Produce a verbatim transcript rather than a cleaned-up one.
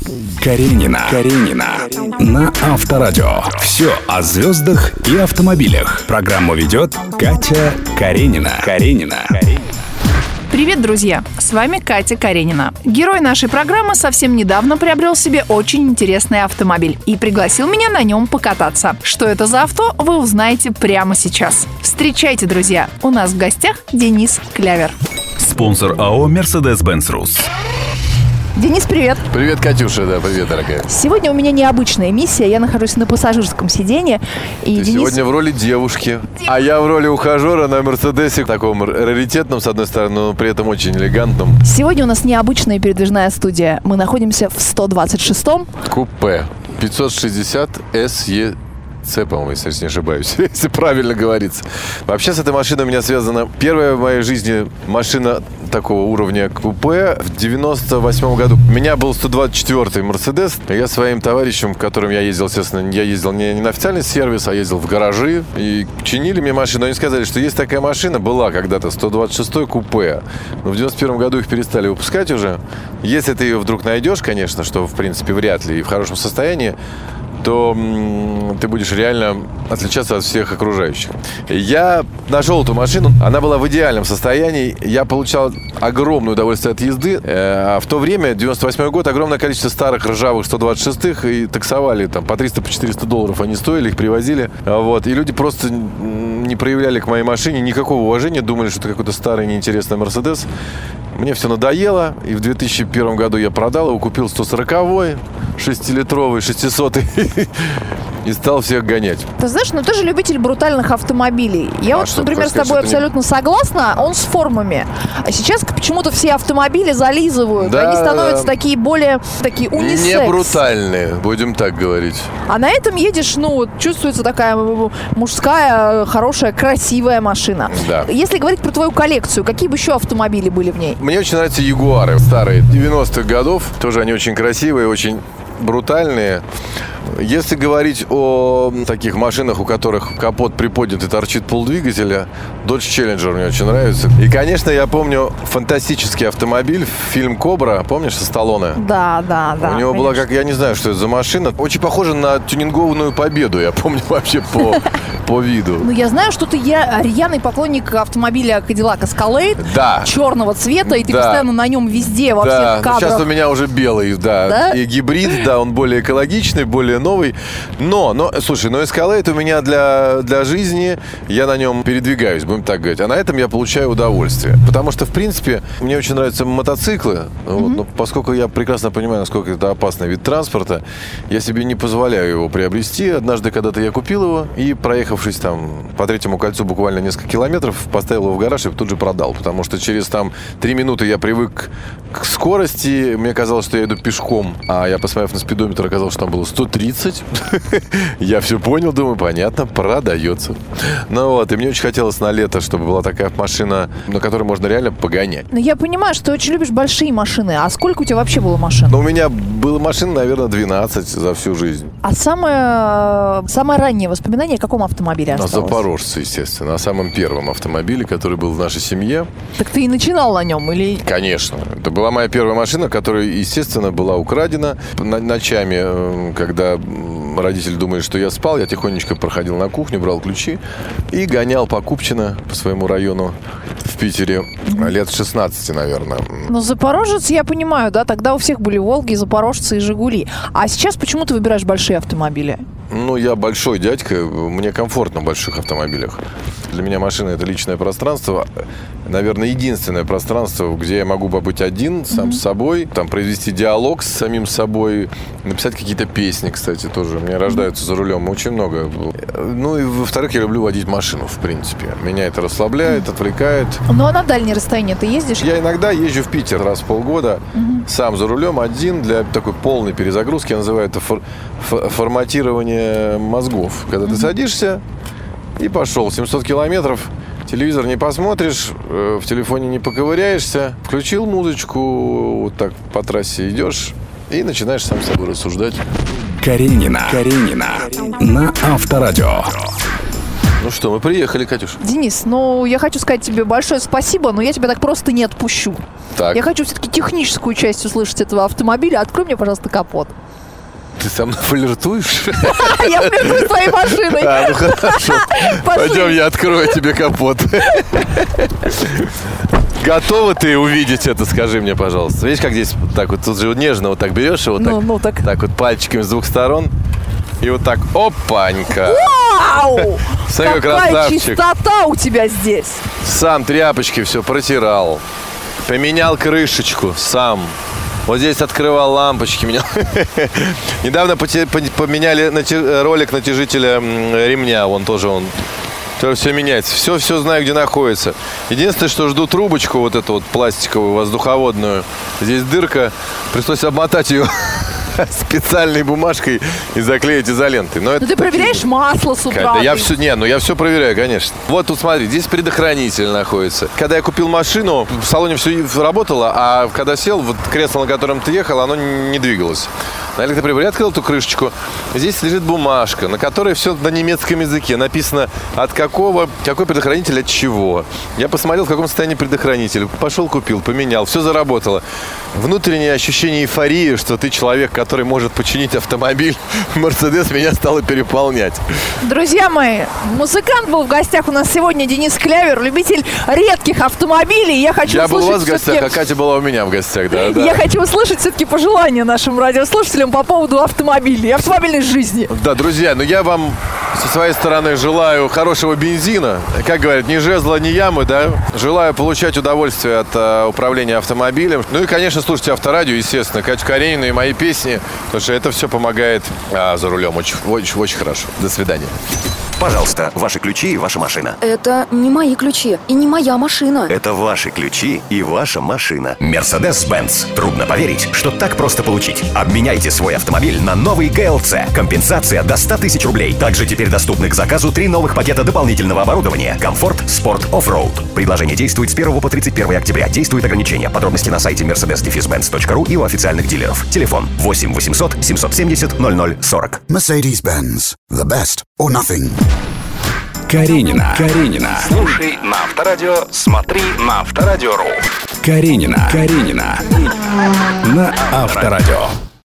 Каренина. Каренина. На Авторадио. Все о звездах и автомобилях. Программу ведет Катя Каренина. Каренина. Привет, друзья! С вами Катя Каренина. Герой нашей программы совсем недавно приобрел себе очень интересный автомобиль и пригласил меня на нем покататься. Что это за авто, вы узнаете прямо сейчас. Встречайте, друзья! У нас в гостях Денис Клявер. Спонсор АО «Мерседес-Бенц Рус». Денис, привет. Привет, Катюша, да, привет, дорогая. Сегодня у меня необычная миссия. Я нахожусь на пассажирском сиденье. И Ты Денис... сегодня в роли девушки, а я в роли ухажера на Мерседесе, таком раритетном, с одной стороны, но при этом очень элегантном. Сегодня у нас необычная передвижная студия. Мы находимся в сто двадцать шестом. Купе пятьсот шестьдесят эс и С, по-моему, если я не ошибаюсь, если правильно говорится. Вообще с этой машиной у меня связана первая в моей жизни машина такого уровня купе. В девяносто восьмом году у меня был сто двадцать четвёртый Мерседес. Я своим товарищем, которым я ездил, естественно, я ездил не, не на официальный сервис, а ездил в гаражи. И чинили мне машину. Они сказали, что есть такая машина, была когда-то сто двадцать шестой купе. Но в девяносто первом году их перестали выпускать уже. Если ты ее вдруг найдешь, конечно, что в принципе вряд ли, и в хорошем состоянии, то м- ты будешь реально отличаться от всех окружающих. Я нашел эту машину, она была в идеальном состоянии, я получал огромное удовольствие от езды. Э- а в то время, девяносто восьмой год, огромное количество старых ржавых сто двадцать шестых и таксовали там по триста, по четыреста долларов они стоили, их привозили. Вот, и люди просто не проявляли к моей машине никакого уважения, думали, что это какой-то старый неинтересный Мерседес. Мне все надоело, и в две тысячи первом году я продал его, купил сто сороковой, шестилитровый, шестисотый, и стал всех гонять. Ты знаешь, ну ты же любитель брутальных автомобилей. Я А вот, что, например, с сказать, тобой что абсолютно не... согласна, он с формами. А сейчас почему-то все автомобили зализывают, Да, они становятся такие более, такие унисекс. Не брутальные, будем так говорить. А на этом едешь, ну, вот, чувствуется такая мужская, хорошая, красивая машина. Да. Если говорить про твою коллекцию, какие бы еще автомобили были в ней? Мне очень нравятся Ягуары старые, девяностых годов. Тоже они очень красивые, очень брутальные. Если говорить о таких машинах, у которых капот приподнят и торчит пол двигателя, Dodge Challenger мне очень нравится. И, конечно, я помню фантастический автомобиль, фильм «Кобра», помнишь, со Сталлоне? Да, да, да. У него конечно. была, как я не знаю, что это за машина, очень похожа на тюнингованную Победу, я помню вообще по, по виду. Ну, я знаю, что ты я рьяный поклонник автомобиля Cadillac Escalade, Да. черного цвета, и ты Да. постоянно на нем везде, во Да, всех ну, кадрах. сейчас у меня уже белый, да, Да? и гибрид, да, он более экологичный, более новый. Но, но, слушай, но Escalade у меня для, для жизни, я на нем передвигаюсь, будем так говорить, а на этом я получаю удовольствие. Потому что, в принципе, мне очень нравятся мотоциклы, mm-hmm. вот, но поскольку я прекрасно понимаю, насколько это опасный вид транспорта, я себе не позволяю его приобрести. Однажды когда-то я купил его и, проехавшись там по третьему кольцу буквально несколько километров, поставил его в гараж и тут же продал. Потому что через там три минуты я привык к скорости, мне казалось, что я иду пешком, а я, посмотрев на спидометр, оказалось, что там было сто тридцать. Я все понял, думаю, понятно, продается. Ну вот, и мне очень хотелось на лето, чтобы была такая машина, на которой можно реально погонять. Ну, я понимаю, что ты очень любишь большие машины. А сколько у тебя вообще было машин? Но у меня было машин, наверное, двенадцать за всю жизнь. А самое, самое раннее воспоминание о каком автомобиле На осталось? Запорожце, естественно, о самом первом автомобиле, который был в нашей семье. Так ты и начинал на нем? Или... Конечно. Это была моя первая машина, которая, естественно, была украдена. Ночами, когда родители думали, что я спал, я тихонечко проходил на кухню, брал ключи и гонял по Купчино, по своему району в Питере. Лет шестнадцать, наверное. Ну, Запорожец, я понимаю, да, тогда у всех были Волги, Запорожцы и Жигули. А сейчас почему ты выбираешь большие автомобили? Ну, я большой дядька, мне комфортно в больших автомобилях. Для меня машина – это личное пространство. Наверное, единственное пространство, где я могу побыть один, сам mm-hmm. с собой, там, произвести диалог с самим собой, написать какие-то песни, кстати, тоже. У меня рождаются за рулем очень много. Ну, и, во-вторых, я люблю водить машину, в принципе. Меня это расслабляет, mm-hmm. отвлекает. Ну, а на дальние расстояния ты ездишь? Я иногда езжу в Питер раз в полгода, mm-hmm. сам за рулем, один, для такой полной перезагрузки. Я называю это фор- фор- форматирование мозгов. Когда mm-hmm. ты садишься и пошел семьсот километров, телевизор не посмотришь, в телефоне не поковыряешься, включил музычку, вот так по трассе идешь и начинаешь сам с собой рассуждать. Каренина. Каренина. На Авторадио. Ну что, мы приехали, Катюш. Денис, ну я хочу сказать тебе большое спасибо, но я тебя так просто не отпущу. Так. Я хочу все-таки техническую часть услышать этого автомобиля. Открой мне, пожалуйста, капот. Ты со мной флиртуешь? Я флиртую с твоей машиной. А, ну хорошо. Пойдем, я открою тебе капот. Готова ты увидеть это, скажи мне, пожалуйста. Видишь, как здесь так вот, тут же нежно вот так берешь его, Ну, так, ну, так. так вот пальчиками с двух сторон. И вот так, опанька. Вау! Смотри, Какая красавчик. чистота у тебя здесь. Сам тряпочки все протирал. Поменял крышечку сам. Вот здесь открывал лампочки, менял. Недавно поменяли ролик натяжителя ремня. Вон тоже он. Все меняется. Все, все знаю, где находится. Единственное, что жду трубочку вот эту вот пластиковую, воздуховодную. Здесь дырка. Пришлось обмотать ее специальной бумажкой и заклеить изолентой. Но Ну это ты проверяешь масло с утра. Да, я ты- все, не, ну я все проверяю, конечно. Вот тут смотри, здесь предохранитель находится. Когда я купил машину, в салоне все работало, а когда сел, вот кресло, на котором ты ехал, оно не двигалось. На электроприборе открыл эту крышечку. Здесь лежит бумажка, на которой все на немецком языке. Написано, от какого, какой предохранитель от чего. Я посмотрел, в каком состоянии предохранитель. Пошел, купил, поменял. Все заработало. Внутреннее ощущение эйфории, что ты человек, который может починить автомобиль. Мерседес меня стало переполнять. Друзья мои, музыкант был в гостях у нас сегодня, Денис Клявер, любитель редких автомобилей. Я хочу Я был у услышать вас в гостях, всё-таки- а Катя была у меня в гостях, да, да. Я хочу услышать все-таки пожелания нашим радиослушателям по поводу автомобилей и автомобильной жизни. Да, друзья, ну я вам со своей стороны желаю хорошего бензина. Как говорят, ни жезла, ни ямы, да. Желаю получать удовольствие от э, управления автомобилем. Ну и, конечно, слушайте Авторадио, естественно, Катю Каренину и мои песни, потому что это все помогает а, за рулем очень, очень, очень хорошо. До свидания. Пожалуйста, ваши ключи и ваша машина. Это не мои ключи и не моя машина. Это ваши ключи и ваша машина. Mercedes-Benz. Трудно поверить, что так просто получить. Обменяйте свой автомобиль на новый джи эл си. Компенсация до ста тысяч рублей. Также теперь доступны к заказу три новых пакета дополнительного оборудования. Комфорт, спорт, оффроуд. Предложение действует с первого по тридцать первое октября. Действует ограничение. Подробности на сайте мерседес бенц точка ру и у официальных дилеров. Телефон восемь восемьсот семьсот семьдесят ноль ноль сорок. Mercedes-Benz. The best or nothing. Каренина. Каренина. Слушай на Авторадио, смотри на Авторадио.ру. Каренина. Каренина. На Авторадио.